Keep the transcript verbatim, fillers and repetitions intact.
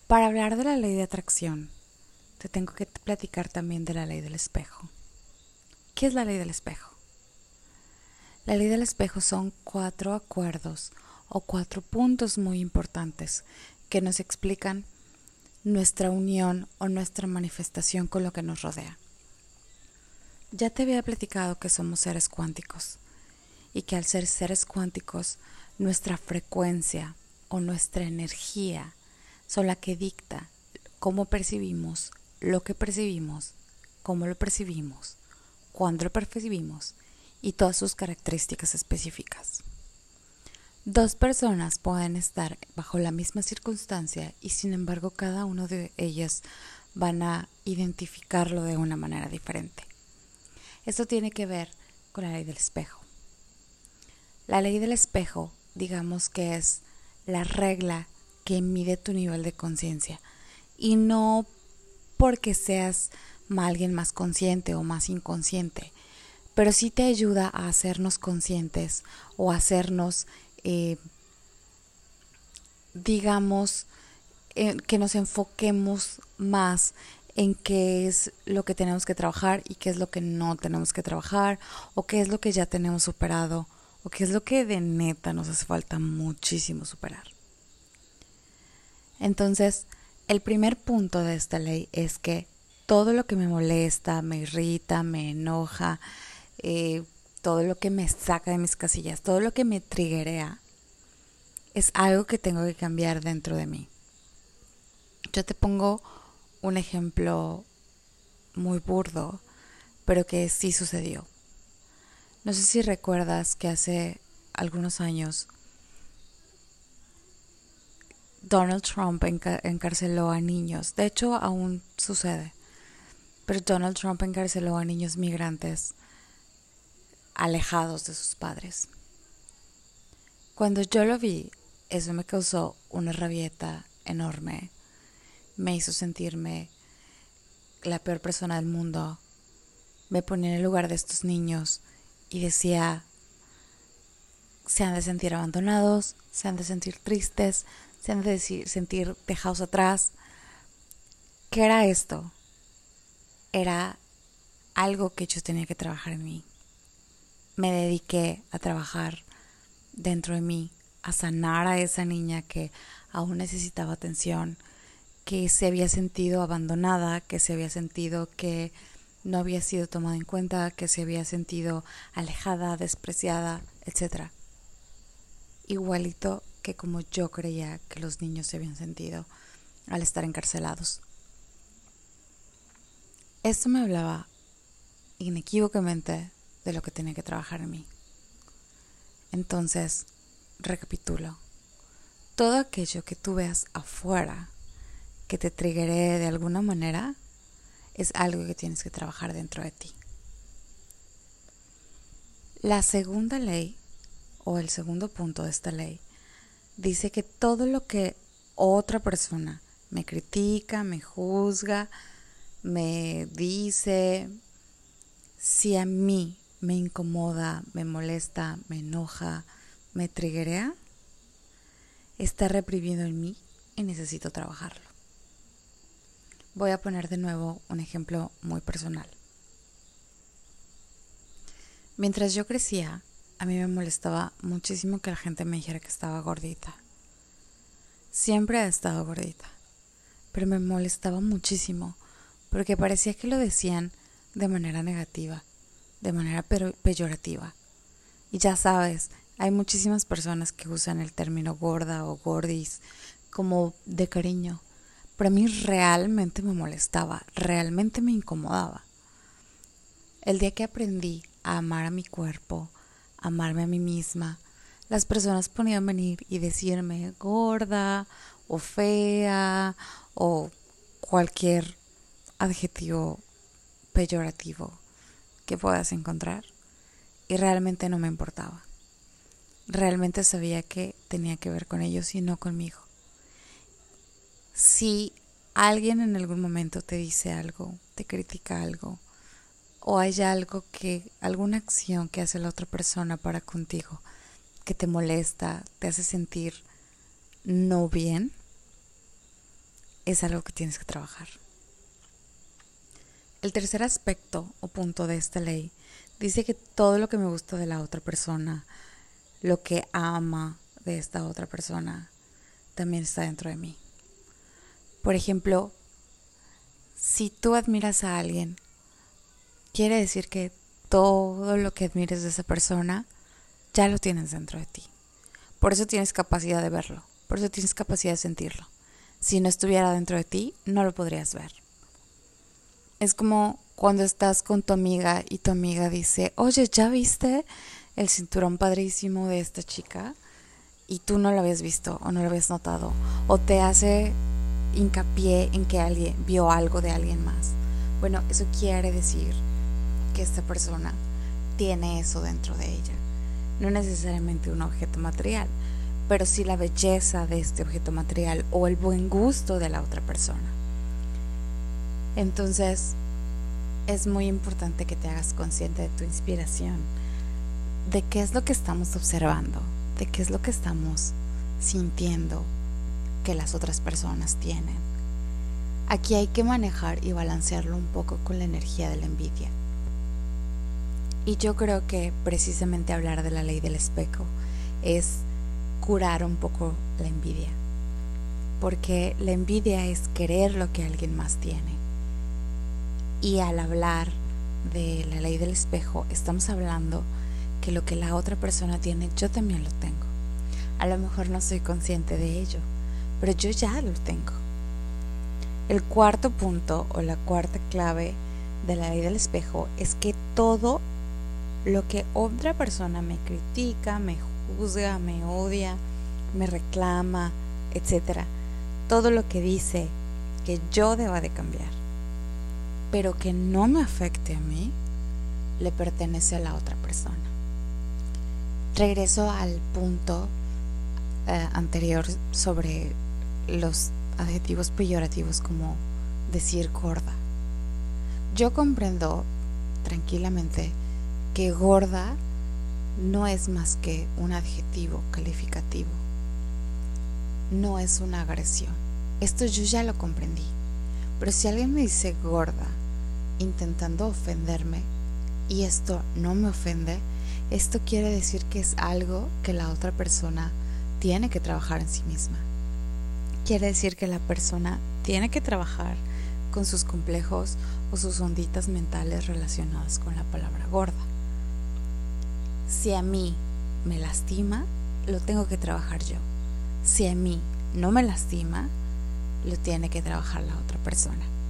Para hablar de la ley de atracción, te tengo que platicar también de la ley del espejo. ¿Qué es la ley del espejo? La ley del espejo son cuatro acuerdos o cuatro puntos muy importantes que nos explican nuestra unión o nuestra manifestación con lo que nos rodea. Ya te había platicado que somos seres cuánticos y que al ser seres cuánticos, nuestra frecuencia o nuestra energía son la que dicta cómo percibimos, lo que percibimos, cómo lo percibimos, cuándo lo percibimos y todas sus características específicas. Dos personas pueden estar bajo la misma circunstancia y sin embargo cada uno de ellas van a identificarlo de una manera diferente. Esto tiene que ver con la ley del espejo. La ley del espejo, digamos que es la regla que mide tu nivel de conciencia y no porque seas alguien más consciente o más inconsciente, pero sí te ayuda a hacernos conscientes o a hacernos, eh, digamos, eh, que nos enfoquemos más en qué es lo que tenemos que trabajar y qué es lo que no tenemos que trabajar, o qué es lo que ya tenemos superado, o qué es lo que de neta nos hace falta muchísimo superar. Entonces, el primer punto de esta ley es que todo lo que me molesta, me irrita, me enoja, eh, todo lo que me saca de mis casillas, todo lo que me triggerea, es algo que tengo que cambiar dentro de mí. Yo te pongo un ejemplo muy burdo, pero que sí sucedió. No sé si recuerdas que hace algunos años Donald Trump enca- encarceló a niños. De hecho, aún sucede. Pero Donald Trump encarceló a niños migrantes alejados de sus padres. Cuando yo lo vi, eso me causó una rabieta enorme. Me hizo sentirme la peor persona del mundo. Me ponía en el lugar de estos niños y decía, se han de sentir abandonados, se han de sentir tristes, se han de decir, sentir dejados atrás. ¿Qué era esto? Era algo que yo tenía que trabajar en mí. Me dediqué a trabajar dentro de mí, a sanar a esa niña que aún necesitaba atención, que se había sentido abandonada, que se había sentido que no había sido tomada en cuenta, que se había sentido alejada, despreciada, etcétera. Igualito que como yo creía que los niños se habían sentido al estar encarcelados. Esto me hablaba inequívocamente de lo que tenía que trabajar en mí. Entonces, recapitulo. Todo aquello que tú veas afuera que te triggeree de alguna manera es algo que tienes que trabajar dentro de ti. La segunda ley, o el segundo punto de esta ley, dice que todo lo que otra persona me critica, me juzga, me dice, si a mí me incomoda, me molesta, me enoja, me triggerea, está reprimido en mí y necesito trabajarlo. Voy a poner de nuevo un ejemplo muy personal. Mientras yo crecía, a mí me molestaba muchísimo que la gente me dijera que estaba gordita. Siempre he estado gordita, pero me molestaba muchísimo porque parecía que lo decían de manera negativa, de manera peyorativa. Y ya sabes, hay muchísimas personas que usan el término gorda o gordis como de cariño, pero a mí realmente me molestaba, realmente me incomodaba. El día que aprendí a amar a mi cuerpo, a amarme a mí misma, las personas podían venir y decirme gorda o fea o cualquier adjetivo peyorativo que puedas encontrar, y realmente no me importaba. Realmente sabía que tenía que ver con ellos y no conmigo. Si alguien en algún momento te dice algo, te critica algo, o hay algo que, alguna acción que hace la otra persona para contigo que te molesta, te hace sentir no bien, es algo que tienes que trabajar. El tercer aspecto o punto de esta ley dice que todo lo que me gusta de la otra persona, lo que ama de esta otra persona, también está dentro de mí. Por ejemplo, si tú admiras a alguien, quiere decir que todo lo que admires de esa persona ya lo tienes dentro de ti. Por eso tienes capacidad de verlo, por eso tienes capacidad de sentirlo. Si no estuviera dentro de ti, no lo podrías ver. Es como cuando estás con tu amiga y tu amiga dice, oye, ¿ya viste el cinturón padrísimo de esta chica? Y tú no lo habías visto o no lo habías notado. O te hace hincapié en que alguien vio algo de alguien más. Bueno, eso quiere decir que esta persona tiene eso dentro de ella. No necesariamente un objeto material, pero sí la belleza de este objeto material o el buen gusto de la otra persona. Entonces, es muy importante que te hagas consciente de tu inspiración, de qué es lo que estamos observando, de qué es lo que estamos sintiendo que las otras personas tienen. Aquí hay que manejar y balancearlo un poco con la energía de la envidia. Y yo creo que precisamente hablar de la ley del espejo es curar un poco la envidia, porque la envidia es querer lo que alguien más tiene. Y al hablar de la ley del espejo, estamos hablando que lo que la otra persona tiene, yo también lo tengo. A lo mejor no soy consciente de ello, pero yo ya lo tengo. El cuarto punto o la cuarta clave de la ley del espejo es que todo lo que otra persona me critica, me juzga, me odia, me reclama, etcétera, todo lo que dice que yo deba de cambiar, pero que no me afecte a mí, le pertenece a la otra persona. Regreso al punto eh, anterior sobre los adjetivos peyorativos como decir gorda. Yo comprendo tranquilamente que gorda no es más que un adjetivo calificativo, no es una agresión. Esto yo ya lo comprendí. Pero si alguien me dice gorda intentando ofenderme y esto no me ofende, esto quiere decir que es algo que la otra persona tiene que trabajar en sí misma. Quiere decir que la persona tiene que trabajar con sus complejos o sus onditas mentales relacionadas con la palabra gorda. Si a mí me lastima, lo tengo que trabajar yo. Si a mí no me lastima, lo tiene que trabajar la otra persona.